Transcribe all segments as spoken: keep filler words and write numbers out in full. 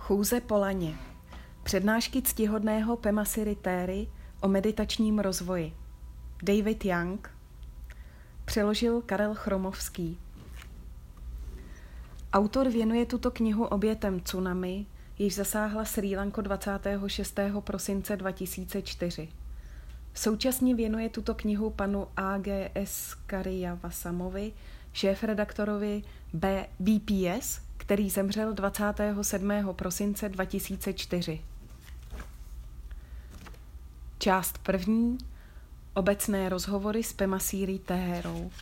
Chůze po laně. Přednášky ctihodného Pema Siritéry o meditačním rozvoji. David Young. Přeložil Karel Chromovský. Autor věnuje tuto knihu obětem tsunami, jež zasáhla Srí Lanku dvacátého šestého prosince dva tisíce čtyři. Současně věnuje tuto knihu panu A G S Kariyavasamovi, šéfredaktorovi B P S, který zemřel dvacátého sedmého prosince dva tisíce čtyři. Část první. Obecné rozhovory s Pema Siritérou.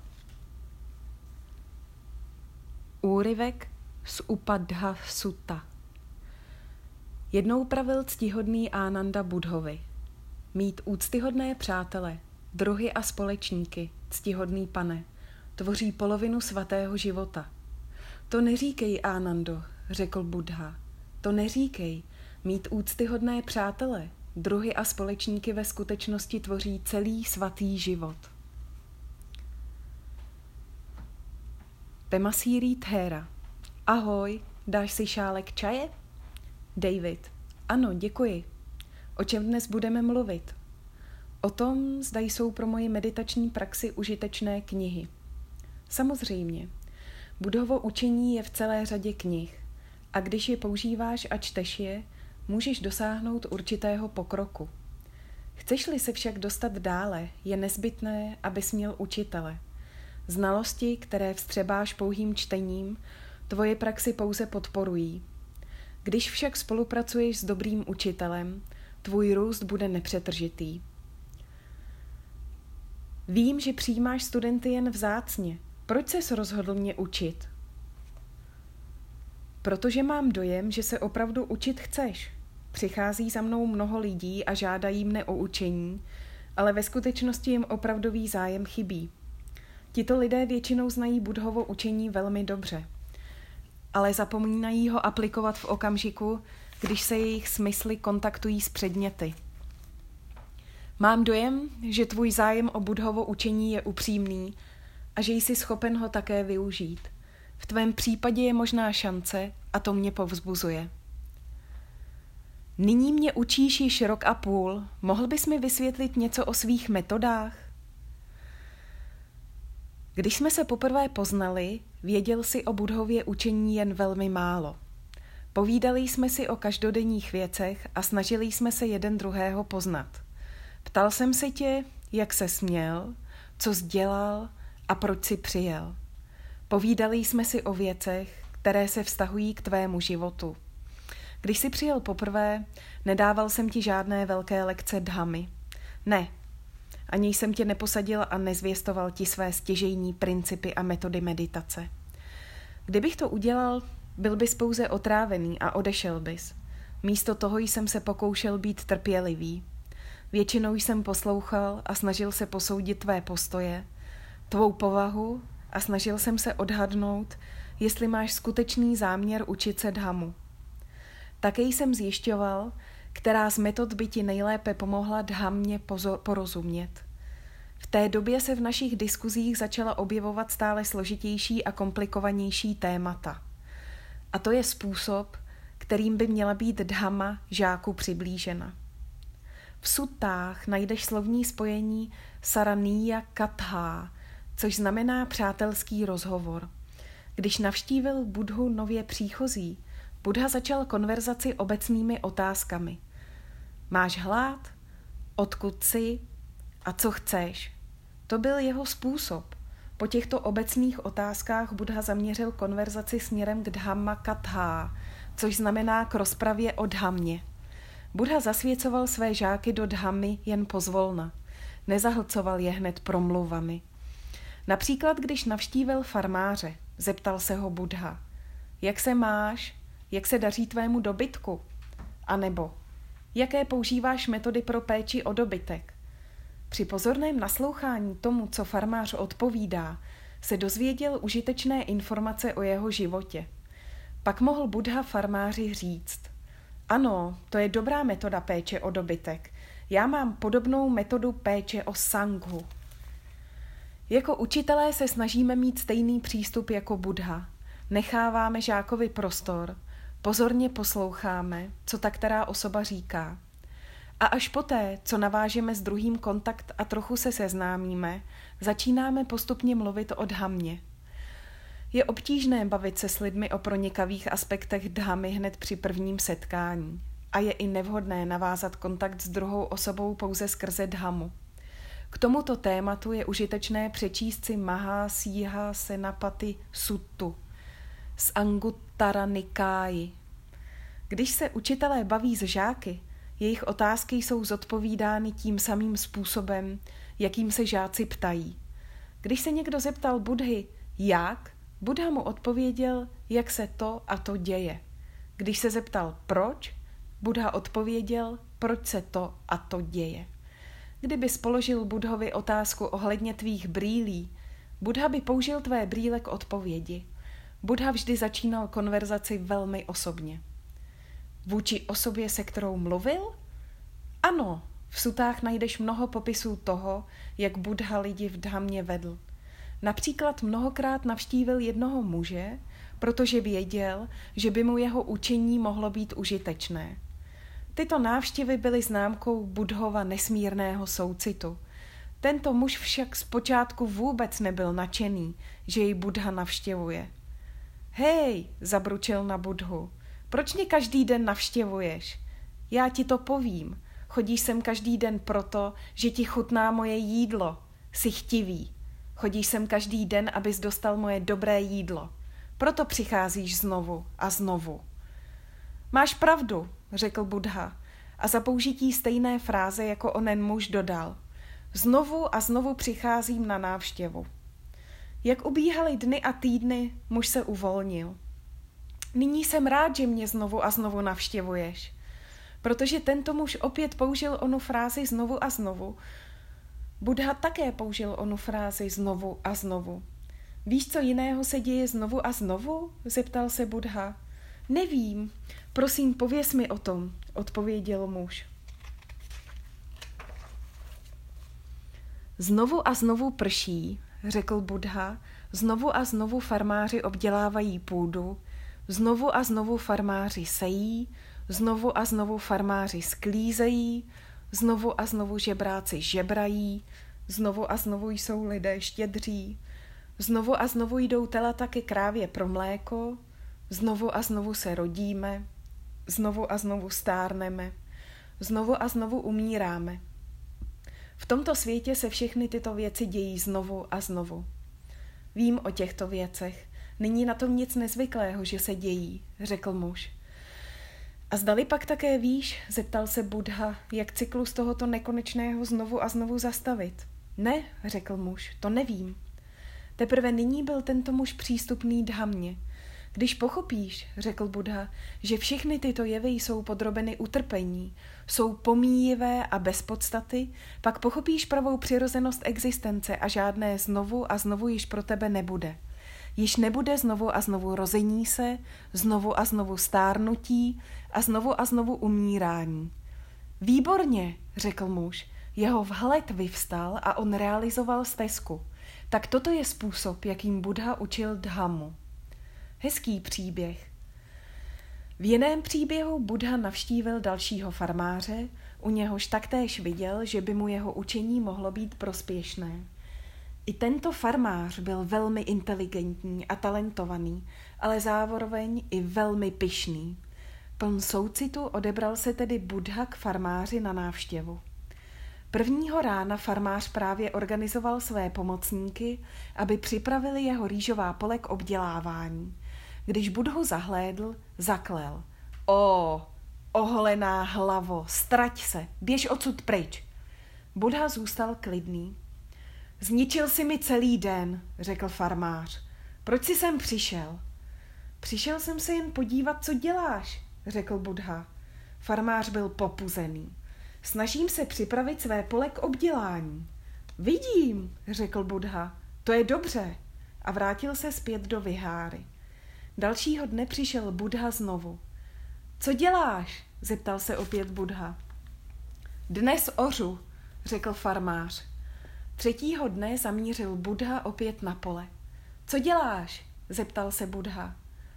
Úryvek z Upadha Sutta. Jednou pravil ctihodný Ananda Buddhovi: mít úctyhodné přátele, druhy a společníky, ctihodný pane, tvoří polovinu svatého života. To neříkej, Anando, řekl Buddha. To neříkej. Mít úctyhodné přátele, druhy a společníky ve skutečnosti tvoří celý svatý život. Pema Siritéra. Ahoj, dáš si šálek čaje? David. Ano, děkuji. O čem dnes budeme mluvit? O tom, zda jsou pro moji meditační praxi užitečné knihy. Samozřejmě. Buddhovo učení je v celé řadě knih a když je používáš a čteš je, můžeš dosáhnout určitého pokroku. Chceš-li se však dostat dále, je nezbytné, abys měl učitele. Znalosti, které vstřebáš pouhým čtením, tvoje praxi pouze podporují. Když však spolupracuješ s dobrým učitelem, tvůj růst bude nepřetržitý. Vím, že přijímáš studenty jen vzácně. Proč ses rozhodl mě učit? Protože mám dojem, že se opravdu učit chceš. Přichází za mnou mnoho lidí a žádají mne o učení, ale ve skutečnosti jim opravdový zájem chybí. Tito lidé většinou znají Buddhovo učení velmi dobře, ale zapomínají ho aplikovat v okamžiku, když se jejich smysly kontaktují s předměty. Mám dojem, že tvůj zájem o Buddhovo učení je upřímný a že jsi schopen ho také využít. V tvém případě je možná šance a to mě povzbuzuje. Nyní mě učíš již rok a půl. Mohl bys mi vysvětlit něco o svých metodách? Když jsme se poprvé poznali, věděl jsi o Buddhově učení jen velmi málo. Povídali jsme si o každodenních věcech a snažili jsme se jeden druhého poznat. Ptal jsem se tě, jak se směl, co jsi dělal a proč jsi přijel. Povídali jsme si o věcech, které se vztahují k tvému životu. Když jsi přijel poprvé, nedával jsem ti žádné velké lekce dhamy. Ne, ani jsem tě neposadil a nezvěstoval ti své stěžejní principy a metody meditace. Kdybych to udělal, byl bys pouze otrávený a odešel bys. Místo toho jsem se pokoušel být trpělivý. Většinou jsem poslouchal a snažil se posoudit tvé postoje, tvou povahu a snažil jsem se odhadnout, jestli máš skutečný záměr učit se dhamu. Také jsem zjišťoval, která z metod by ti nejlépe pomohla dhammě porozumět. V té době se v našich diskuzích začala objevovat stále složitější a komplikovanější témata. A to je způsob, kterým by měla být dhama žáku přiblížena. V suttách najdeš slovní spojení saraniya katha, což znamená přátelský rozhovor. Když navštívil Buddhu nově příchozí, Buddha začal konverzaci obecnými otázkami. Máš hlad? Odkud jsi? A co chceš? To byl jeho způsob. Po těchto obecných otázkách Buddha zaměřil konverzaci směrem k dhamma katha, což znamená k rozpravě o dhammě. Buddha zasvěcoval své žáky do dhammy jen pozvolna. Nezahlcoval je hned promluvami. Například, když navštívil farmáře, zeptal se ho Buddha: jak se máš? Jak se daří tvému dobytku? A nebo jaké používáš metody pro péči o dobytek? Při pozorném naslouchání tomu, co farmář odpovídá, se dozvěděl užitečné informace o jeho životě. Pak mohl Buddha farmáři říct: ano, to je dobrá metoda péče o dobytek. Já mám podobnou metodu péče o sanghu. Jako učitelé se snažíme mít stejný přístup jako Buddha. Necháváme žákovi prostor, Pozorně posloucháme, co ta která osoba říká. A až poté, co navážeme s druhým kontakt a trochu se seznámíme, začínáme postupně mluvit o dhammě. Je obtížné bavit se s lidmi o pronikavých aspektech dhammy hned při prvním setkání a je i nevhodné navázat kontakt s druhou osobou pouze skrze dhammu. K tomuto tématu je užitečné přečíst si Maha Síha Senapati Suttu z Anguttara Nikáji. Když se učitelé baví s žáky, jejich otázky jsou zodpovídány tím samým způsobem, jakým se žáci ptají. Když se někdo zeptal Buddhy, jak, Buddha mu odpověděl, jak se to a to děje. Když se zeptal proč, Buddha odpověděl, proč se to a to děje. Kdyby položil Buddhovi otázku ohledně tvých brýlí, Buddha by použil tvé brýle k odpovědi. Buddha vždy začínal konverzaci velmi osobně. Vůči osobě, se kterou mluvil? Ano, v sutách najdeš mnoho popisů toho, jak Buddha lidi v dhammě vedl. Například mnohokrát navštívil jednoho muže, protože věděl, že by mu jeho učení mohlo být užitečné. Tyto návštěvy byly známkou Buddhova nesmírného soucitu. Tento muž však zpočátku vůbec nebyl nadšený, že jej Buddha navštěvuje. Hej, zabručil na Buddhu, proč mě každý den navštěvuješ? Já ti to povím, chodíš sem každý den proto, že ti chutná moje jídlo, jsi chtivý. Chodíš sem každý den, abys dostal moje dobré jídlo. Proto přicházíš znovu a znovu. Máš pravdu, řekl Buddha a za použití stejné fráze jako onen muž dodal. Znovu a znovu přicházím na návštěvu. Jak ubíhaly dny a týdny, muž se uvolnil. Nyní jsem rád, že mě znovu a znovu navštěvuješ. Protože tento muž opět použil onu frázi znovu a znovu, Buddha také použil onu frázi znovu a znovu. Víš, co jiného se děje znovu a znovu? Zeptal se Buddha. Nevím, prosím, pověz mi o tom, odpověděl muž. Znovu a znovu prší, řekl Buddha, znovu a znovu farmáři obdělávají půdu, znovu a znovu farmáři sejí, znovu a znovu farmáři sklízejí, znovu a znovu žebráci žebrají, znovu a znovu jsou lidé štědří, znovu a znovu jdou telata ke krávě pro mléko, znovu a znovu se rodíme, znovu a znovu stárneme, znovu a znovu umíráme. V tomto světě se všechny tyto věci dějí znovu a znovu. Vím o těchto věcech, není na tom nic nezvyklého, že se dějí, řekl muž. A zdali pak také víš, zeptal se Buddha, jak cyklus tohoto nekonečného znovu a znovu zastavit. Ne, řekl muž, to nevím. Teprve nyní byl tento muž přístupný dhammě. Když pochopíš, řekl Buddha, že všechny tyto jevy jsou podrobeny utrpení, jsou pomíjivé a bez podstaty, pak pochopíš pravou přirozenost existence a žádné znovu a znovu již pro tebe nebude. Již nebude znovu a znovu rození se, znovu a znovu stárnutí a znovu a znovu umírání. Výborně, řekl muž, jeho vhled vyvstal a on realizoval stezku. Tak toto je způsob, jakým Buddha učil dhammu. Hezký příběh. V jiném příběhu Buddha navštívil dalšího farmáře, u něhož taktéž viděl, že by mu jeho učení mohlo být prospěšné. I tento farmář byl velmi inteligentní a talentovaný, ale zároveň i velmi pyšný. Pln soucitu odebral se tedy Buddha k farmáři na návštěvu. Prvního rána farmář právě organizoval své pomocníky, aby připravili jeho rýžová pole k obdělávání. Když Buddhu zahlédl, zaklel. O, oholená hlavo, strať se, běž odsud pryč. Buddha zůstal klidný. Zničil si mi celý den, řekl farmář. Proč jsi sem přišel? Přišel jsem se jen podívat, co děláš, řekl Buddha. Farmář byl popuzený. Snažím se připravit své pole k obdělání. Vidím, řekl Buddha, to je dobře. A vrátil se zpět do viháry. Dalšího dne přišel Buddha znovu. Co děláš? Zeptal se opět Buddha. Dnes ořu, řekl farmář. Třetího dne zamířil Buddha opět na pole. Co děláš? Zeptal se Buddha.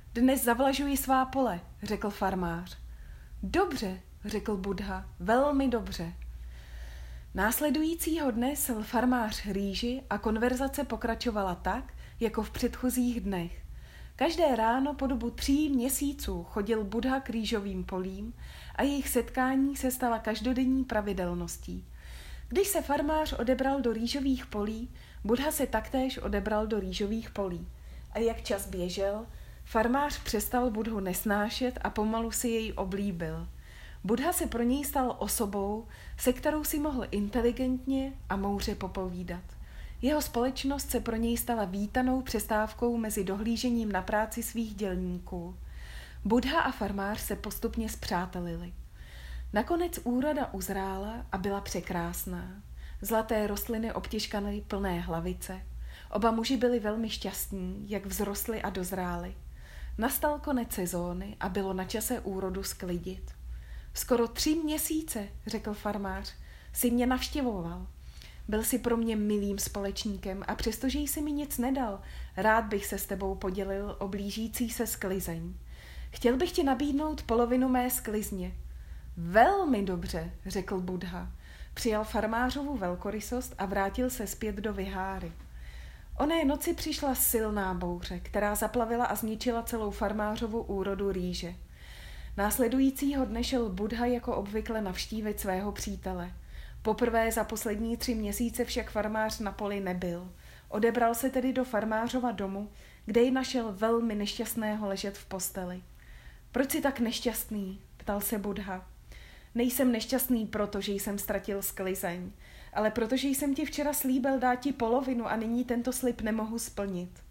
Dnes zavlažuji svá pole, řekl farmář. Dobře, řekl Buddha, velmi dobře. Následujícího dne sel farmář rýži a konverzace pokračovala tak, jako v předchozích dnech. Každé ráno po dobu tří měsíců chodil Buddha k rýžovým polím a jejich setkání se stala každodenní pravidelností. Když se farmář odebral do rýžových polí, Buddha se taktéž odebral do rýžových polí. A jak čas běžel, farmář přestal Buddhu nesnášet a pomalu si jej oblíbil. Buddha se pro něj stal osobou, se kterou si mohl inteligentně a moudře popovídat. Jeho společnost se pro něj stala vítanou přestávkou mezi dohlížením na práci svých dělníků. Buddha a farmář se postupně spřátelili. Nakonec úroda uzrála a byla překrásná. Zlaté rostliny obtěžkaly plné hlavice. Oba muži byli velmi šťastní, jak vzrostli a dozráli. Nastal konec sezóny a bylo na čase úrodu sklidit. Skoro tři měsíce, řekl farmář, si mě navštěvoval. Byl si pro mě milým společníkem a přestože jsi mi nic nedal, rád bych se s tebou podělil o blížící se sklizeň. Chtěl bych ti nabídnout polovinu mé sklizně. Velmi dobře, řekl Buddha. Přijal farmářovu velkorysost a vrátil se zpět do viháry. Oné noci přišla silná bouře, která zaplavila a zničila celou farmářovu úrodu rýže. Následujícího dne šel Buddha jako obvykle navštívit svého přítele. Poprvé za poslední tři měsíce však farmář na poli nebyl. Odebral se tedy do farmářova domu, kde ji našel velmi nešťastného ležet v posteli. Proč jsi tak nešťastný? Ptal se Buddha. Nejsem nešťastný proto, že jsem ztratil sklizeň, ale protože jsem ti včera slíbil dát ti polovinu a nyní tento slib nemohu splnit.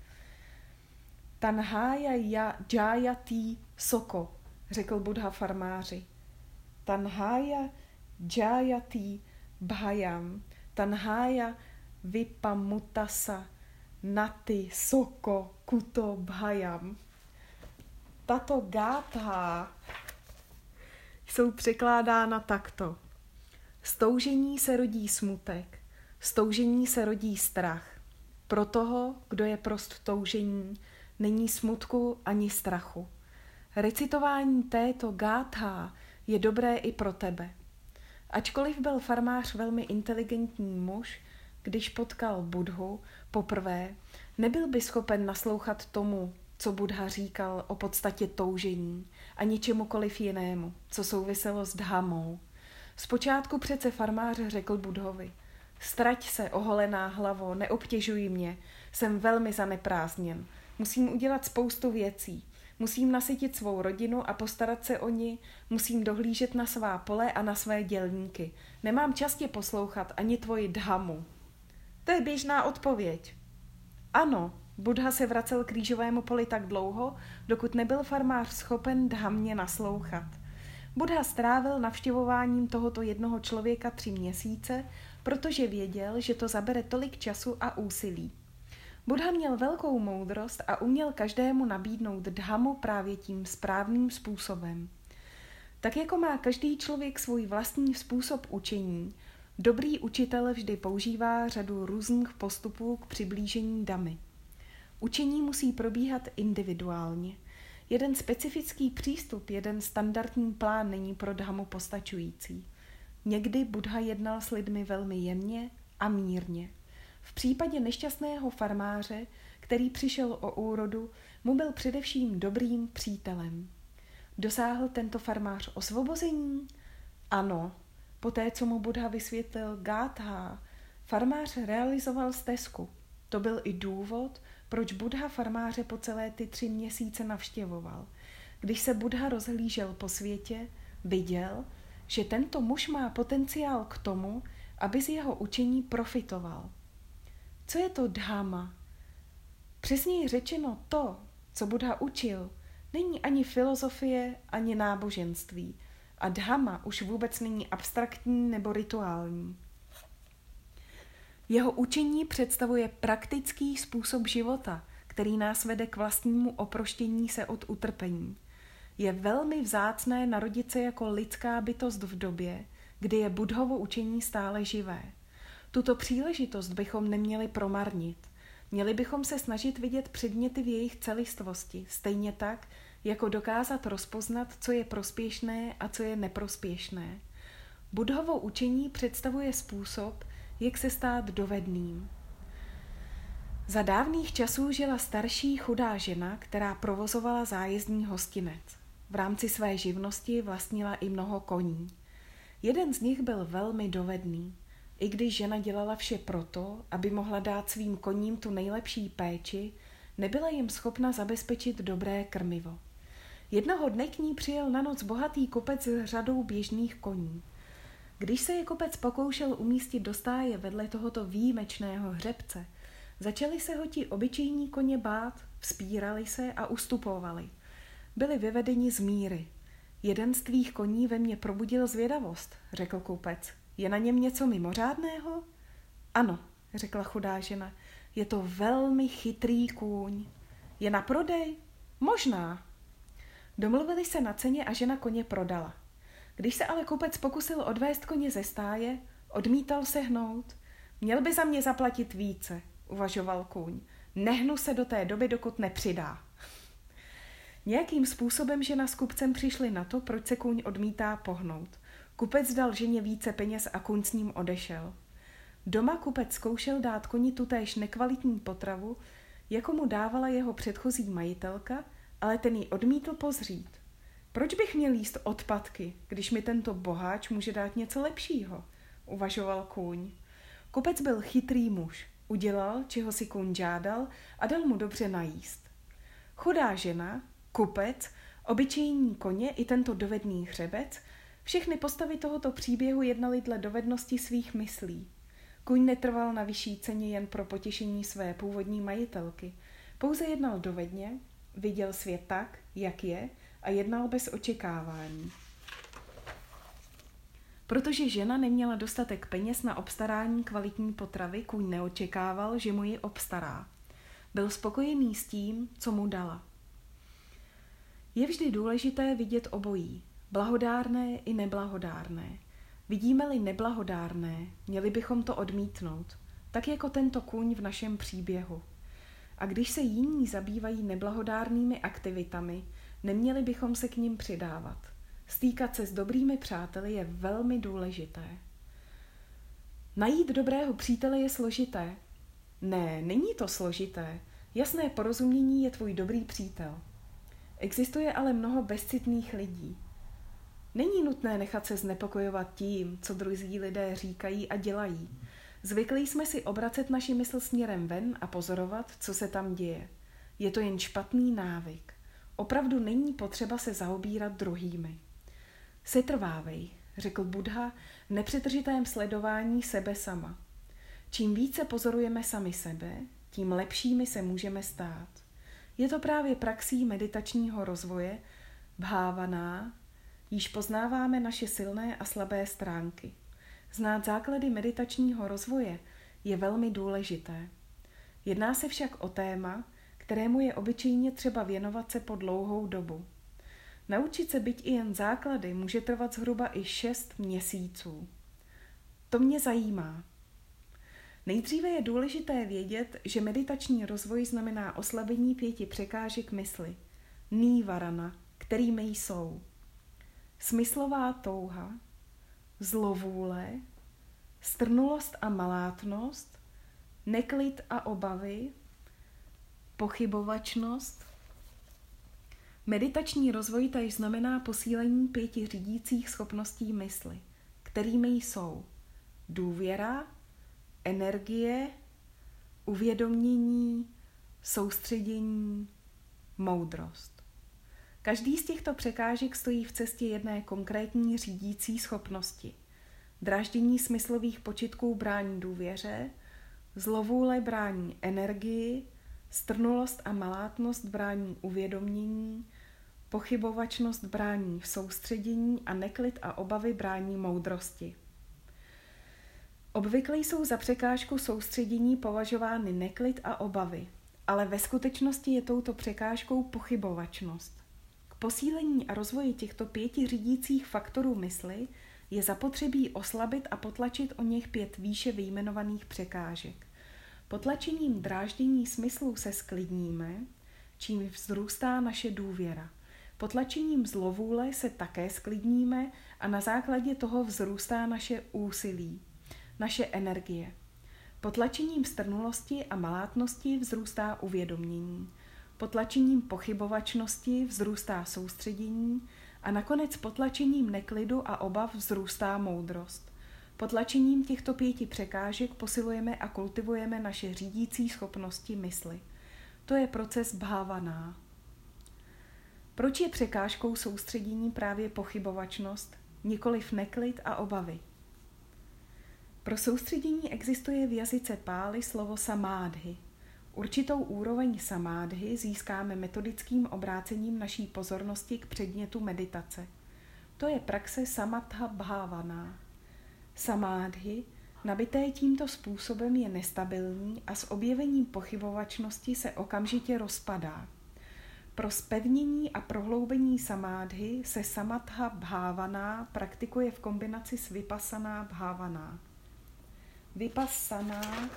Tanhája ya jayati soko, řekl Buddha farmáři. Tanhája jayati bhayam, tanhája vipamutasa nati soko kuto bhayam. Tato gátha jsou překládána takto. Z toužení se rodí smutek, z toužení se rodí strach. Pro toho, kdo je prost toužení, není smutku ani strachu. Recitování této gátha je dobré i pro tebe. Ačkoliv byl farmář velmi inteligentní muž, když potkal Buddhu poprvé, nebyl by schopen naslouchat tomu, co Buddha říkal o podstatě toužení a ničemukoliv jinému, co souviselo s dhamou. Zpočátku přece farmář řekl Buddhovi: Strať se, oholená hlavo, neobtěžuj mě, jsem velmi zaneprázdněn. Musím udělat spoustu věcí. Musím nasytit svou rodinu a postarat se o ni, musím dohlížet na svá pole a na své dělníky. Nemám čas tě poslouchat ani tvoji dhamu. To je běžná odpověď. Ano, Buddha se vracel k rýžovému poli tak dlouho, dokud nebyl farmář schopen dhamně naslouchat. Buddha strávil navštěvováním tohoto jednoho člověka tři měsíce, protože věděl, že to zabere tolik času a úsilí. Buddha měl velkou moudrost a uměl každému nabídnout dhammu právě tím správným způsobem. Tak jako má každý člověk svůj vlastní způsob učení, dobrý učitel vždy používá řadu různých postupů k přiblížení dhammy. Učení musí probíhat individuálně. Jeden specifický přístup, jeden standardní plán není pro dhammu postačující. Někdy Buddha jednal s lidmi velmi jemně a mírně. V případě nešťastného farmáře, který přišel o úrodu, mu byl především dobrým přítelem. Dosáhl tento farmář osvobození? Ano. Poté, co mu Buddha vysvětlil gátha, farmář realizoval stezku. To byl i důvod, proč Buddha farmáře po celé ty tři měsíce navštěvoval. Když se Buddha rozhlížel po světě, viděl, že tento muž má potenciál k tomu, aby z jeho učení profitoval. Co je to dhamma? Přesněji řečeno to, co Buddha učil, není ani filozofie, ani náboženství. A dhamma už vůbec není abstraktní nebo rituální. Jeho učení představuje praktický způsob života, který nás vede k vlastnímu oproštění se od utrpení. Je velmi vzácné narodit se jako lidská bytost v době, kdy je Buddhovo učení stále živé. Tuto příležitost bychom neměli promarnit. Měli bychom se snažit vidět předměty v jejich celistvosti, stejně tak, jako dokázat rozpoznat, co je prospěšné a co je neprospěšné. Buddhovo učení představuje způsob, jak se stát dovedným. Za dávných časů žila starší chudá žena, která provozovala zájezdní hostinec. V rámci své živnosti vlastnila i mnoho koní. Jeden z nich byl velmi dovedný, i když žena dělala vše proto, aby mohla dát svým koním tu nejlepší péči, nebyla jim schopna zabezpečit dobré krmivo. Jednoho dne k ní přijel na noc bohatý kupec s řadou běžných koní. Když se je kupec pokoušel umístit do stáje vedle tohoto výjimečného hřebce, začali se ho ti obyčejní koně bát, vzpírali se a ustupovali. Byli vyvedeni z míry. Jeden z tvých koní ve mně probudil zvědavost, řekl kupec. Je na něm něco mimořádného? Ano, řekla chudá žena, je to velmi chytrý kůň. Je na prodej? Možná. Domluvili se na ceně a žena koně prodala. Když se ale kupec pokusil odvést koně ze stáje, odmítal se hnout. Měl by za mě zaplatit více, uvažoval kůň. Nehnu se do té doby, dokud nepřidá. Nějakým způsobem žena s kupcem přišli na to, proč se kůň odmítá pohnout. Kupec dal ženě více peněz a kůň s ním odešel. Doma kupec zkoušel dát koni tutéž nekvalitní potravu, jako mu dávala jeho předchozí majitelka, ale ten ji odmítl pozřít. Proč bych měl jíst odpadky, když mi tento boháč může dát něco lepšího? Uvažoval kůň. Kupec byl chytrý muž. Udělal, čeho si kůň žádal a dal mu dobře najíst. Chudá žena, kupec, obyčejní koně i tento dovedný hřebec, všechny postavy tohoto příběhu jednaly dle dovednosti svých myslí. Kůň netrval na vyšší ceně jen pro potěšení své původní majitelky. Pouze jednal dovedně, viděl svět tak, jak je, a jednal bez očekávání. Protože žena neměla dostatek peněz na obstarání kvalitní potravy, kůň neočekával, že mu ji obstará. Byl spokojený s tím, co mu dala. Je vždy důležité vidět obojí, blahodárné i neblahodárné. Vidíme-li neblahodárné, měli bychom to odmítnout, tak jako tento kůň v našem příběhu. A když se jiní zabývají neblahodárnými aktivitami, neměli bychom se k nim přidávat. Stýkat se s dobrými přáteli je velmi důležité. Najít dobrého přítele je složité. Ne, není to složité. Jasné porozumění je tvůj dobrý přítel. Existuje ale mnoho bezcitných lidí. Není nutné nechat se znepokojovat tím, co druzí lidé říkají a dělají. Zvykli jsme si obracet naši mysl směrem ven a pozorovat, co se tam děje. Je to jen špatný návyk. Opravdu není potřeba se zaobírat druhými. Setrvávej, řekl Buddha v nepřetržitém sledování sebe sama. Čím více pozorujeme sami sebe, tím lepšími se můžeme stát. Je to právě praxí meditačního rozvoje, bhávaná, již poznáváme naše silné a slabé stránky. Znát základy meditačního rozvoje je velmi důležité. Jedná se však o téma, kterému je obyčejně třeba věnovat se po dlouhou dobu. Naučit se byť i jen základy může trvat zhruba i šest měsíců. To mě zajímá. Nejdříve je důležité vědět, že meditační rozvoj znamená oslabení pěti překážek mysli, nývarana, kterými jsou smyslová touha, zlovůle, strnulost a malátnost, neklid a obavy, pochybovačnost. Meditační rozvoj též znamená posílení pěti řídících schopností mysli, kterými jsou důvěra, energie, uvědomění, soustředění, moudrost. Každý z těchto překážek stojí v cestě jedné konkrétní řídící schopnosti. Dráždění smyslových počitků brání důvěře, zlovůle brání energii, strnulost a malátnost brání uvědomění, pochybovačnost brání v soustředění a neklid a obavy brání moudrosti. Obvykle jsou za překážku soustředění považovány neklid a obavy, ale ve skutečnosti je touto překážkou pochybovačnost. K posílení a rozvoji těchto pěti řídících faktorů mysli je zapotřebí oslabit a potlačit o něch pět výše vyjmenovaných překážek. Potlačením dráždění smyslů se sklidníme, čím vzrůstá naše důvěra. Potlačením zlovůle se také sklidníme a na základě toho vzrůstá naše úsilí, naše energie. Potlačením strnulosti a malátnosti vzrůstá uvědomění. Potlačením pochybovačnosti vzrůstá soustředění a nakonec potlačením neklidu a obav vzrůstá moudrost. Potlačením těchto pěti překážek posilujeme a kultivujeme naše řídící schopnosti mysli. To je proces bhávaná. Proč je překážkou soustředění právě pochybovačnost, nikoliv neklid a obavy? Pro soustředění existuje v jazyce Páli slovo samádhy. Určitou úroveň samádhy získáme metodickým obrácením naší pozornosti k předmětu meditace. To je praxe samatha bhávaná. Samádhy, nabité tímto způsobem, je nestabilní a s objevením pochybovačnosti se okamžitě rozpadá. Pro zpevnění a prohloubení samádhy se samatha bhávaná praktikuje v kombinaci s vipassana bhávaná. Vipassana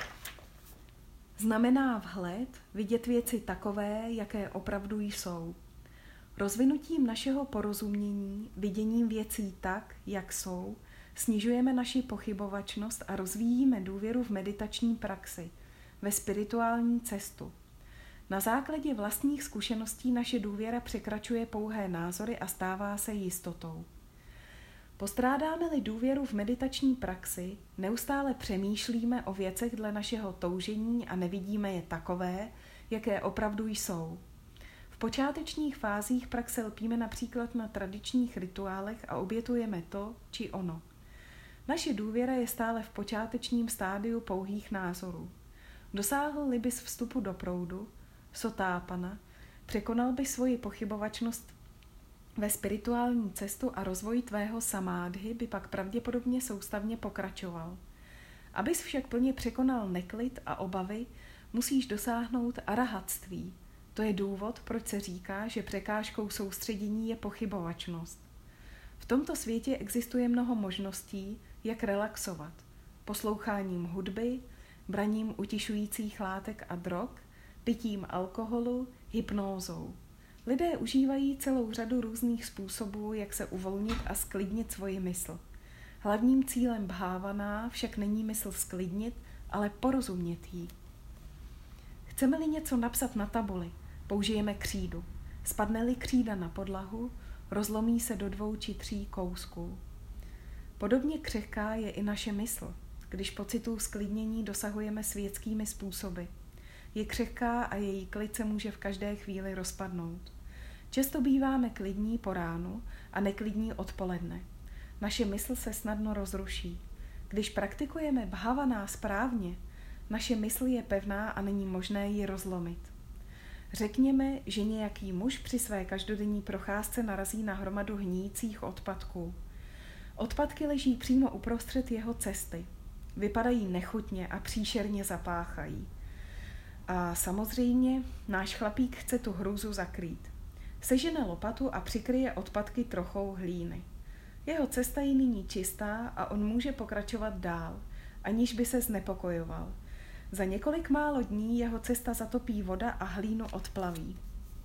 znamená vhled, vidět věci takové, jaké opravdu jsou. Rozvinutím našeho porozumění, viděním věcí tak, jak jsou, snižujeme naši pochybovačnost a rozvíjíme důvěru v meditační praxi, ve spirituální cestu. Na základě vlastních zkušeností naše důvěra překračuje pouhé názory a stává se jistotou. Postrádáme-li důvěru v meditační praxi, neustále přemýšlíme o věcech dle našeho toužení a nevidíme je takové, jaké opravdu jsou. V počátečních fázích praxe lpíme například na tradičních rituálech a obětujeme to či ono. Naše důvěra je stále v počátečním stádiu pouhých názorů. Dosáhl-li bys vstupu do proudu, sotápana, překonal bys svoji pochybovačnost ve spirituální cestu a rozvoj tvého samádhy by pak pravděpodobně soustavně pokračoval. Abys však plně překonal neklid a obavy, musíš dosáhnout arahatství. To je důvod, proč se říká, že překážkou soustředění je pochybovačnost. V tomto světě existuje mnoho možností, jak relaxovat. Posloucháním hudby, braním utišujících látek a drog, pitím alkoholu, hypnózou. Lidé užívají celou řadu různých způsobů, jak se uvolnit a sklidnit svoji mysl. Hlavním cílem bhávaná však není mysl sklidnit, ale porozumět jí. Chceme-li něco napsat na tabuli, použijeme křídu. Spadne-li křída na podlahu, rozlomí se do dvou či tří kousků. Podobně křehká je i naše mysl, když pocitů sklidnění dosahujeme světskými způsoby. Je křehká a její klid se může v každé chvíli rozpadnout. Často býváme klidní po ránu a neklidní odpoledne. Naše mysl se snadno rozruší. Když praktikujeme bhavaná správně, naše mysl je pevná a není možné ji rozlomit. Řekněme, že nějaký muž při své každodenní procházce narazí na hromadu hníjících odpadků. Odpadky leží přímo uprostřed jeho cesty. Vypadají nechutně a příšerně zapáchají. A samozřejmě náš chlapík chce tu hrůzu zakrýt. Sežene lopatu a přikryje odpadky trochou hlíny. Jeho cesta je nyní čistá a on může pokračovat dál, aniž by se znepokojoval. Za několik málo dní jeho cesta zatopí voda a hlínu odplaví.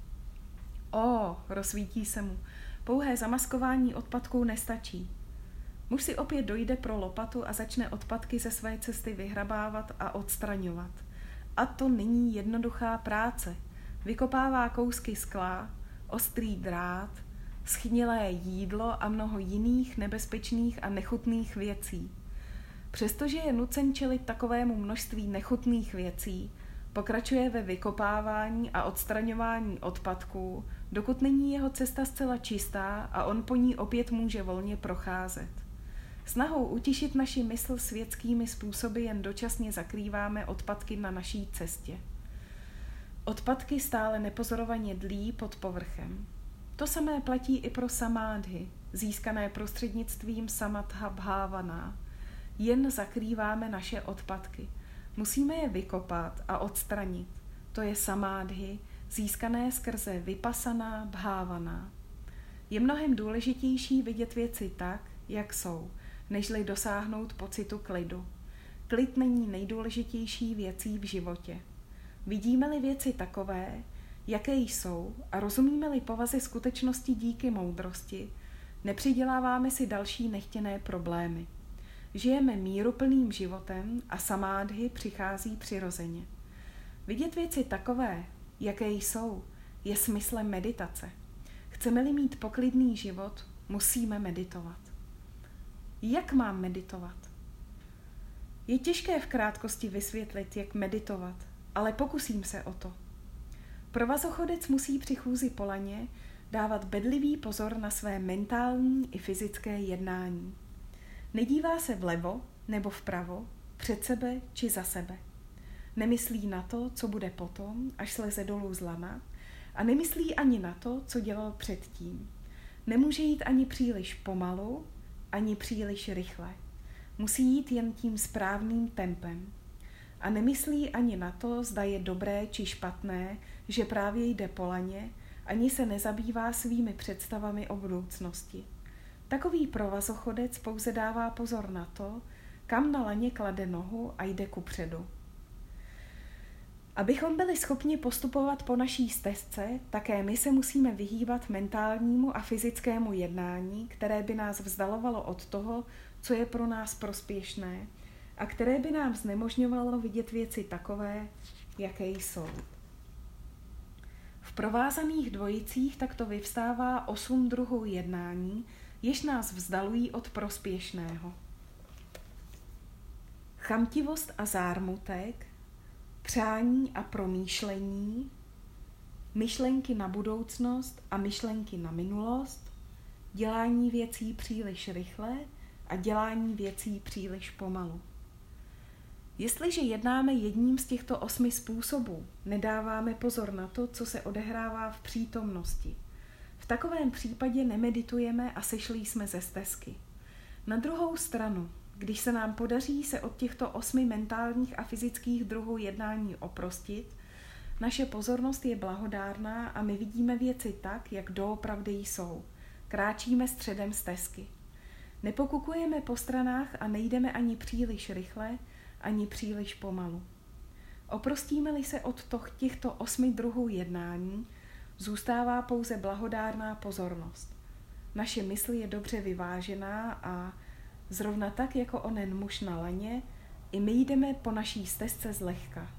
Ó, rozsvítí se mu, pouhé zamaskování odpadků nestačí. Muž si opět dojde pro lopatu a začne odpadky ze své cesty vyhrabávat a odstraňovat. A to není jednoduchá práce. Vykopává kousky skla, ostrý drát, schnilé jídlo a mnoho jiných nebezpečných a nechutných věcí. Přestože je nucen čelit takovému množství nechutných věcí, pokračuje ve vykopávání a odstraňování odpadků, dokud není jeho cesta zcela čistá a on po ní opět může volně procházet. Snahou utišit naši mysl světskými způsoby jen dočasně zakrýváme odpadky na naší cestě. Odpadky stále nepozorovaně dlí pod povrchem. To samé platí i pro samádhy, získané prostřednictvím samatha bhávaná. Jen zakrýváme naše odpadky. Musíme je vykopat a odstranit. To je samádhy, získané skrze vipassana bhávaná. Je mnohem důležitější vidět věci tak, jak jsou, nežli dosáhnout pocitu klidu. klid není nejdůležitější věcí v životě. Vidíme-li věci takové, jaké jsou, a rozumíme-li povaze skutečnosti díky moudrosti, nepřiděláváme si další nechtěné problémy. Žijeme míruplným životem a samádhy přichází přirozeně. Vidět věci takové, jaké jsou, je smyslem meditace. Chceme-li mít poklidný život, musíme meditovat. Jak mám meditovat? Je těžké v krátkosti vysvětlit, jak meditovat, ale pokusím se o to. Provazochodec musí při chůzi po laně dávat bedlivý pozor na své mentální i fyzické jednání. Nedívá se vlevo nebo vpravo, před sebe či za sebe. Nemyslí na to, co bude potom, až sleze dolů z lana, a nemyslí ani na to, co dělal předtím. Nemůže jít ani příliš pomalu, ani příliš rychle. Musí jít jen tím správným tempem. A nemyslí ani na to, zda je dobré či špatné, že právě jde po laně, ani se nezabývá svými představami o budoucnosti. Takový provazochodec pouze dává pozor na to, kam na laně klade nohu a jde kupředu. Abychom byli schopni postupovat po naší stezce, také my se musíme vyhýbat mentálnímu a fyzickému jednání, které by nás vzdalovalo od toho, co je pro nás prospěšné a které by nám znemožňovalo vidět věci takové, jaké jsou. V provázaných dvojicích takto vyvstává osm druhů jednání, jež nás vzdalují od prospěšného. Chamtivost a zármutek, přání a promýšlení, myšlenky na budoucnost a myšlenky na minulost, dělání věcí příliš rychle a dělání věcí příliš pomalu. Jestliže jednáme jedním z těchto osmi způsobů, nedáváme pozor na to, co se odehrává v přítomnosti. V takovém případě nemeditujeme a sešli jsme ze stezky. Na druhou stranu, když se nám podaří se od těchto osmi mentálních a fyzických druhů jednání oprostit, naše pozornost je blahodárná a my vidíme věci tak, jak doopravdy jsou. Kráčíme středem stezky. Nepokukujeme po stranách a nejdeme ani příliš rychle, ani příliš pomalu. Oprostíme-li se od těchto osmi druhů jednání, zůstává pouze blahodárná pozornost. Naše mysl je dobře vyvážená a zrovna tak jako onen muž na laně, i my jdeme po naší stezce zlehka.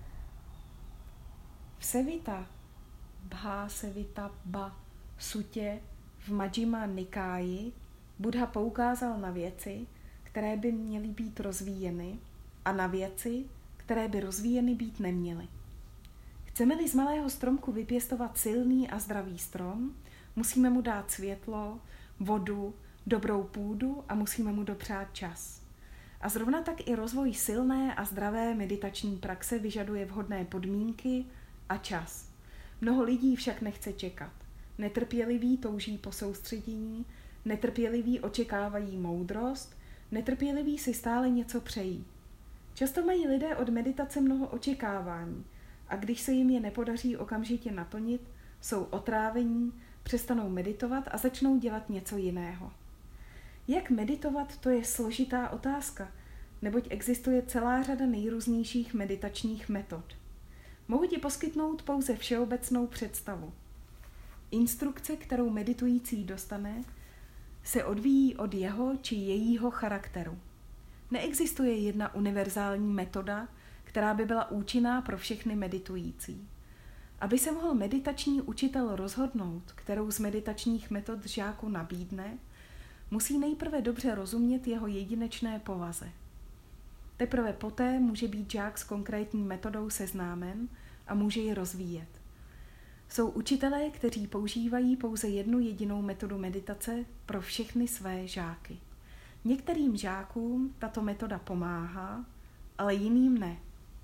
V Sevita, Bhá Sevita Ba Sutě v Madžima Nikáji Buddha poukázal na věci, které by měly být rozvíjeny, a na věci, které by rozvíjeny být neměly. Chceme-li z malého stromku vypěstovat silný a zdravý strom, musíme mu dát světlo, vodu, dobrou půdu a musíme mu dopřát čas. A zrovna tak i rozvoj silné a zdravé meditační praxe vyžaduje vhodné podmínky a čas. Mnoho lidí však nechce čekat. Netrpěliví touží po soustředění, netrpěliví očekávají moudrost, netrpěliví si stále něco přejí. Často mají lidé od meditace mnoho očekávání a když se jim je nepodaří okamžitě naplnit, jsou otrávení, přestanou meditovat a začnou dělat něco jiného. Jak meditovat, to je složitá otázka, neboť existuje celá řada nejrůznějších meditačních metod. Mohu ti poskytnout pouze všeobecnou představu. Instrukce, kterou meditující dostane, se odvíjí od jeho či jejího charakteru. Neexistuje jedna univerzální metoda, která by byla účinná pro všechny meditující. Aby se mohl meditační učitel rozhodnout, kterou z meditačních metod žáku nabídne, musí nejprve dobře rozumět jeho jedinečné povaze. Teprve poté může být žák s konkrétní metodou seznámen a může ji rozvíjet. Jsou učitelé, kteří používají pouze jednu jedinou metodu meditace pro všechny své žáky. Některým žákům tato metoda pomáhá, ale jiným ne.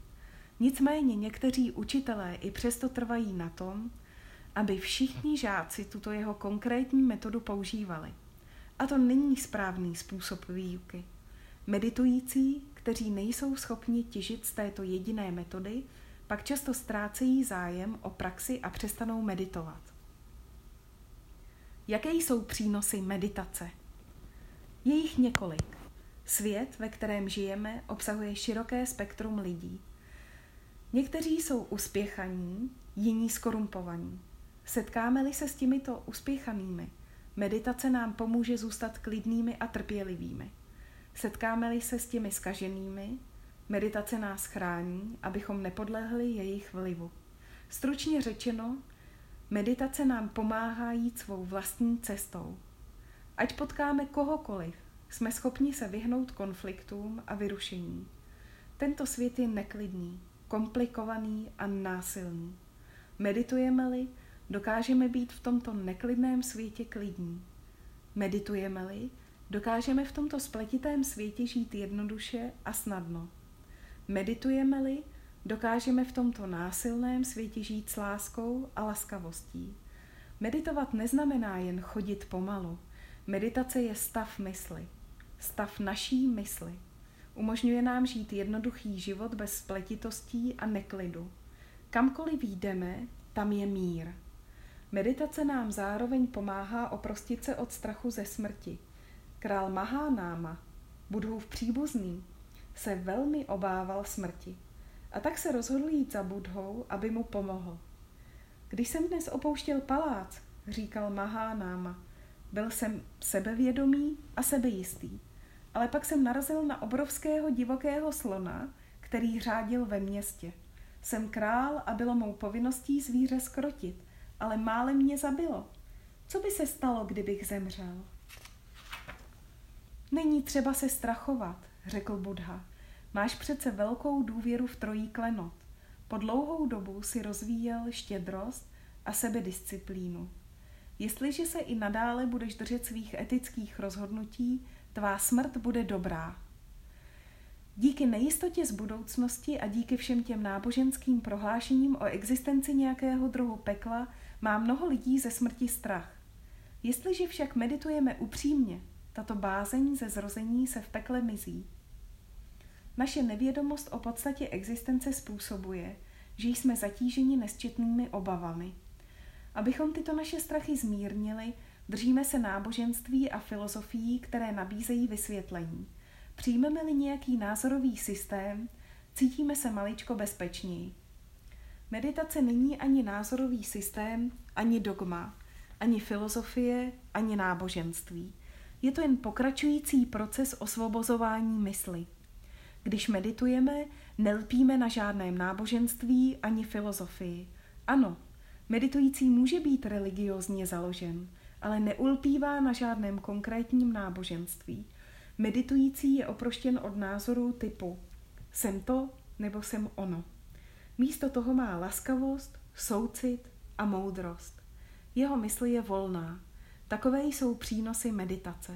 Nicméně někteří učitelé i přesto trvají na tom, aby všichni žáci tuto jeho konkrétní metodu používali. A to není správný způsob výuky. Meditující, kteří nejsou schopni těžit z této jediné metody, pak často ztrácejí zájem o praxi a přestanou meditovat. Jaké jsou přínosy meditace? Je jich několik. Svět, ve kterém žijeme, obsahuje široké spektrum lidí. Někteří jsou uspěchaní, jiní skorumpovaní. Setkáme-li se s těmito uspěchanými, meditace nám pomůže zůstat klidnými a trpělivými. Setkáme-li se s těmi zkaženými, meditace nás chrání, abychom nepodlehli jejich vlivu. Stručně řečeno, meditace nám pomáhá jít svou vlastní cestou. Ať potkáme kohokoliv, jsme schopni se vyhnout konfliktům a vyrušení. Tento svět je neklidný, komplikovaný a násilný. Meditujeme-li, dokážeme být v tomto neklidném světě klidní. Meditujeme-li, dokážeme v tomto spletitém světě žít jednoduše a snadno. Meditujeme-li, dokážeme v tomto násilném světě žít s láskou a laskavostí. Meditovat neznamená jen chodit pomalu. Meditace je stav mysli, stav naší mysli. Umožňuje nám žít jednoduchý život bez spletitostí a neklidu. Kamkoliv jdeme, tam je mír. Meditace nám zároveň pomáhá oprostit se od strachu ze smrti. Král Mahánáma, Buddhův příbuzný, se velmi obával smrti a tak se rozhodl jít za Buddhou, aby mu pomohl. Když jsem dnes opouštěl palác, říkal Mahánáma, byl jsem sebevědomý a sebejistý, ale pak jsem narazil na obrovského divokého slona, který řádil ve městě. Jsem král a bylo mou povinností zvíře skrotit, ale málem mě zabilo. Co by se stalo, kdybych zemřel? Není třeba se strachovat, řekl Buddha. Máš přece velkou důvěru v trojí klenot. Po dlouhou dobu si rozvíjel štědrost a sebedisciplínu. Jestliže se i nadále budeš držet svých etických rozhodnutí, tvá smrt bude dobrá. Díky nejistotě z budoucnosti a díky všem těm náboženským prohlášením o existenci nějakého druhu pekla má mnoho lidí ze smrti strach. Jestliže však meditujeme upřímně, tato bázeň ze zrození se v pekle mizí. Naše nevědomost o podstatě existence způsobuje, že jsme zatíženi nesčetnými obavami. Abychom tyto naše strachy zmírnili, držíme se náboženství a filozofií, které nabízejí vysvětlení. Přijmeme-li nějaký názorový systém, cítíme se maličko bezpečněji. Meditace není ani názorový systém, ani dogma, ani filozofie, ani náboženství. Je to jen pokračující proces osvobozování mysli. Když meditujeme, nelpíme na žádném náboženství ani filozofii. Ano, meditující může být religiózně založen, ale neulpívá na žádném konkrétním náboženství. Meditující je oproštěn od názorů typu jsem to nebo jsem ono. Místo toho má laskavost, soucit a moudrost. Jeho mysl je volná. Takové jsou přínosy meditace.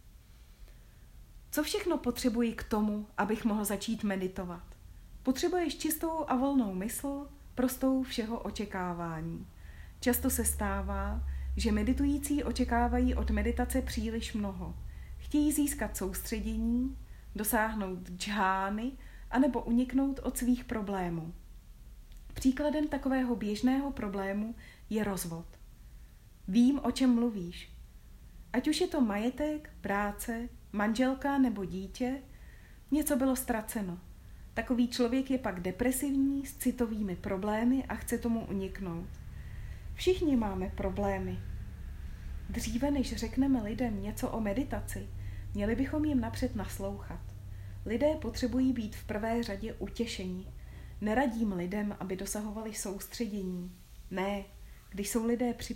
Co všechno potřebuji k tomu, abych mohl začít meditovat? Potřebuješ čistou a volnou mysl, prostou všeho očekávání. Často se stává, že meditující očekávají od meditace příliš mnoho. Chtějí získat soustředění, dosáhnout džhány anebo uniknout od svých problémů. Příkladem takového běžného problému je rozvod. Vím, o čem mluvíš. Ať už je to majetek, práce, manželka nebo dítě, něco bylo ztraceno. Takový člověk je pak depresivní, s citovými problémy a chce tomu uniknout. Všichni máme problémy. Dříve, než řekneme lidem něco o meditaci, měli bychom jim napřed naslouchat. Lidé potřebují být v prvé řadě utěšení. Neradím lidem, aby dosahovali soustředění. Ne, když jsou lidé při...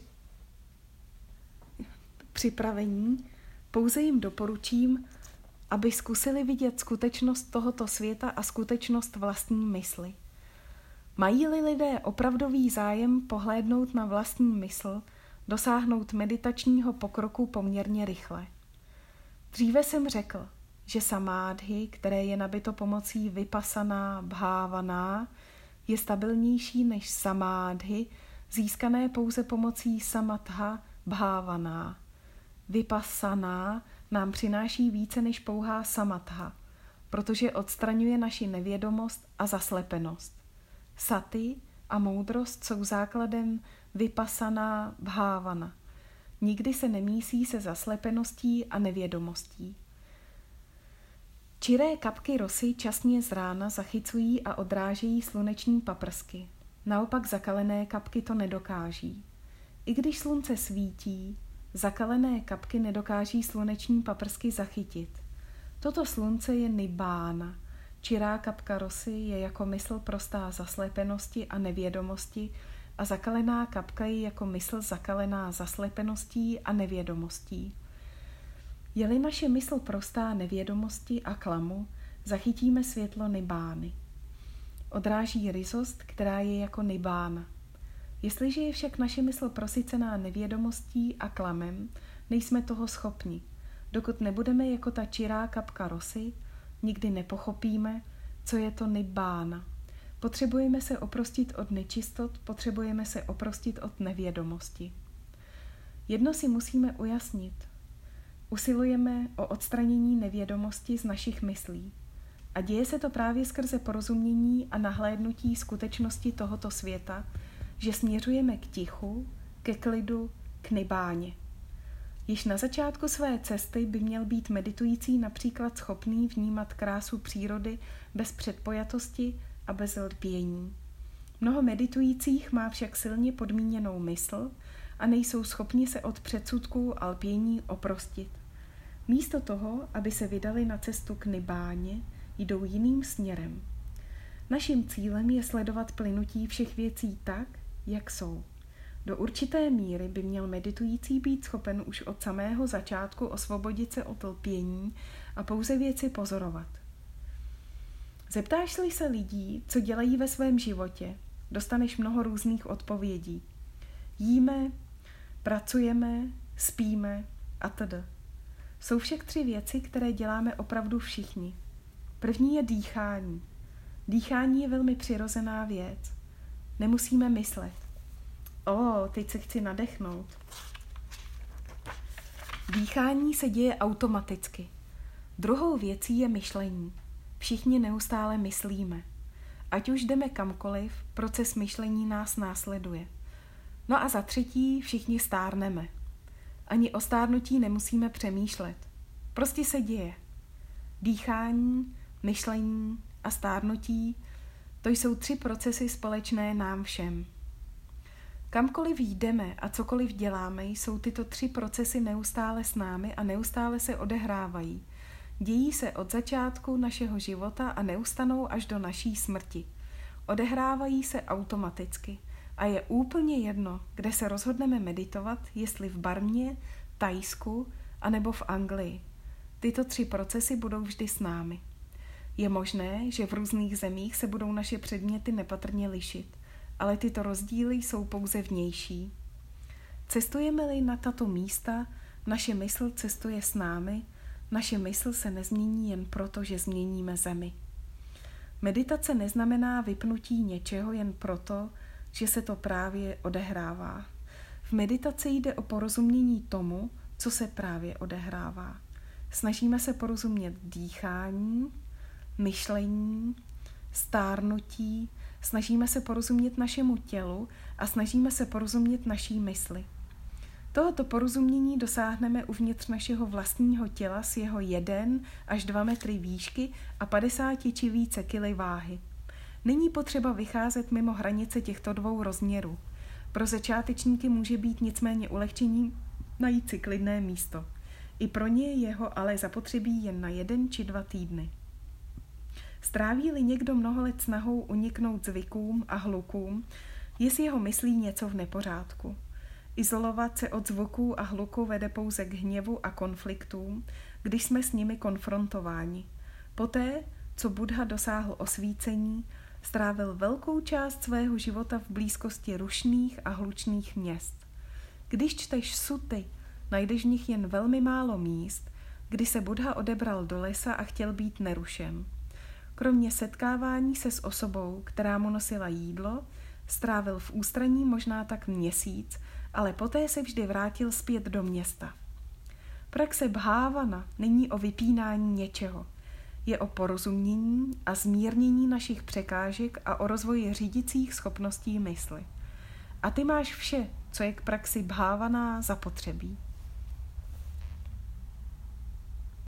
připravení, pouze jim doporučím, aby zkusili vidět skutečnost tohoto světa a skutečnost vlastní mysli. Mají-li lidé opravdový zájem pohlédnout na vlastní mysl, dosáhnout meditačního pokroku poměrně rychle. Dříve jsem řekl, že samádhy, které je nabito pomocí vypasaná bhávaná, je stabilnější než samádhy, získané pouze pomocí samatha bhávaná. Vypasaná nám přináší více než pouhá samatha, protože odstraňuje naši nevědomost a zaslepenost. Sati a moudrost jsou základem vypasaná bhávana. Nikdy se nemísí se zaslepeností a nevědomostí. Čiré kapky rosy časně z rána zachycují a odrážejí sluneční paprsky. Naopak zakalené kapky to nedokáží. I když slunce svítí, zakalené kapky nedokáží sluneční paprsky zachytit. Toto slunce je nibbána. Čirá kapka rosy je jako mysl prostá zaslepenosti a nevědomosti a zakalená kapka je jako mysl zakalená zaslepeností a nevědomostí. Je-li naše mysl prostá nevědomosti a klamu, zachytíme světlo nibbány. Odráží ryzost, která je jako nibbána. Jestliže je však naše mysl prosycená nevědomostí a klamem, nejsme toho schopni. Dokud nebudeme jako ta čirá kapka rosy, nikdy nepochopíme, co je to nibbána. Potřebujeme se oprostit od nečistot, potřebujeme se oprostit od nevědomosti. Jedno si musíme ujasnit. Usilujeme o odstranění nevědomosti z našich myslí. A děje se to právě skrze porozumění a nahlédnutí skutečnosti tohoto světa, že směřujeme k tichu, ke klidu, k nibbáně. Již na začátku své cesty by měl být meditující například schopný vnímat krásu přírody bez předpojatosti a bez lpění. Mnoho meditujících má však silně podmíněnou mysl a nejsou schopni se od předsudků a lpění oprostit. Místo toho, aby se vydali na cestu k nibbáně, jdou jiným směrem. Naším cílem je sledovat plynutí všech věcí tak, jak jsou. Do určité míry by měl meditující být schopen už od samého začátku osvobodit se od lpění a pouze věci pozorovat. Zeptáš-li se lidí, co dělají ve svém životě, dostaneš mnoho různých odpovědí. Jíme, pracujeme, spíme a td. Jsou však tři věci, které děláme opravdu všichni. První je dýchání. Dýchání je velmi přirozená věc. Nemusíme myslet. O, teď se chci nadechnout. Dýchání se děje automaticky. Druhou věcí je myšlení. Všichni neustále myslíme. Ať už jdeme kamkoliv, proces myšlení nás následuje. No a za třetí, všichni stárneme. Ani o stárnutí nemusíme přemýšlet. Prostě se děje. Dýchání, myšlení a stárnutí, to jsou tři procesy společné nám všem. Kamkoliv jdeme a cokoliv děláme, jsou tyto tři procesy neustále s námi a neustále se odehrávají. Dějí se od začátku našeho života a neustanou až do naší smrti. Odehrávají se automaticky a je úplně jedno, kde se rozhodneme meditovat, jestli v Barmě, Thajsku anebo v Anglii. Tyto tři procesy budou vždy s námi. Je možné, že v různých zemích se budou naše předměty nepatrně lišit, ale tyto rozdíly jsou pouze vnější. Cestujeme-li na tato místa, naše mysl cestuje s námi, naše mysl se nezmění jen proto, že změníme zemi. Meditace neznamená vypnutí něčeho jen proto, že se to právě odehrává. V meditaci jde o porozumění tomu, co se právě odehrává. Snažíme se porozumět dýchání, myšlení, stárnutí, snažíme se porozumět našemu tělu a snažíme se porozumět naší mysli. Tohoto porozumění dosáhneme uvnitř našeho vlastního těla s jeho jeden až dva metry výšky a padesáti či více kily váhy. Není potřeba vycházet mimo hranice těchto dvou rozměrů. Pro začátečníky může být nicméně ulehčení najít si klidné místo. I pro ně je jeho ale zapotřebí jen na jeden či dva týdny. Stráví-li někdo mnoho let snahou uniknout zvykům a hlukům, je s jeho myslí něco v nepořádku. Izolovat se od zvuků a hluku vede pouze k hněvu a konfliktům, když jsme s nimi konfrontováni. Poté, co Buddha dosáhl osvícení, strávil velkou část svého života v blízkosti rušných a hlučných měst. Když čteš suty, najdeš v nich jen velmi málo míst, kdy se Buddha odebral do lesa a chtěl být nerušen. Kromě setkávání se s osobou, která mu nosila jídlo, strávil v ústraní možná tak měsíc, ale poté se vždy vrátil zpět do města. Praxe bhávana není o vypínání něčeho. Je o porozumění a zmírnění našich překážek a o rozvoji řídicích schopností mysli. A ty máš vše, co je k praxi bhávana zapotřebí.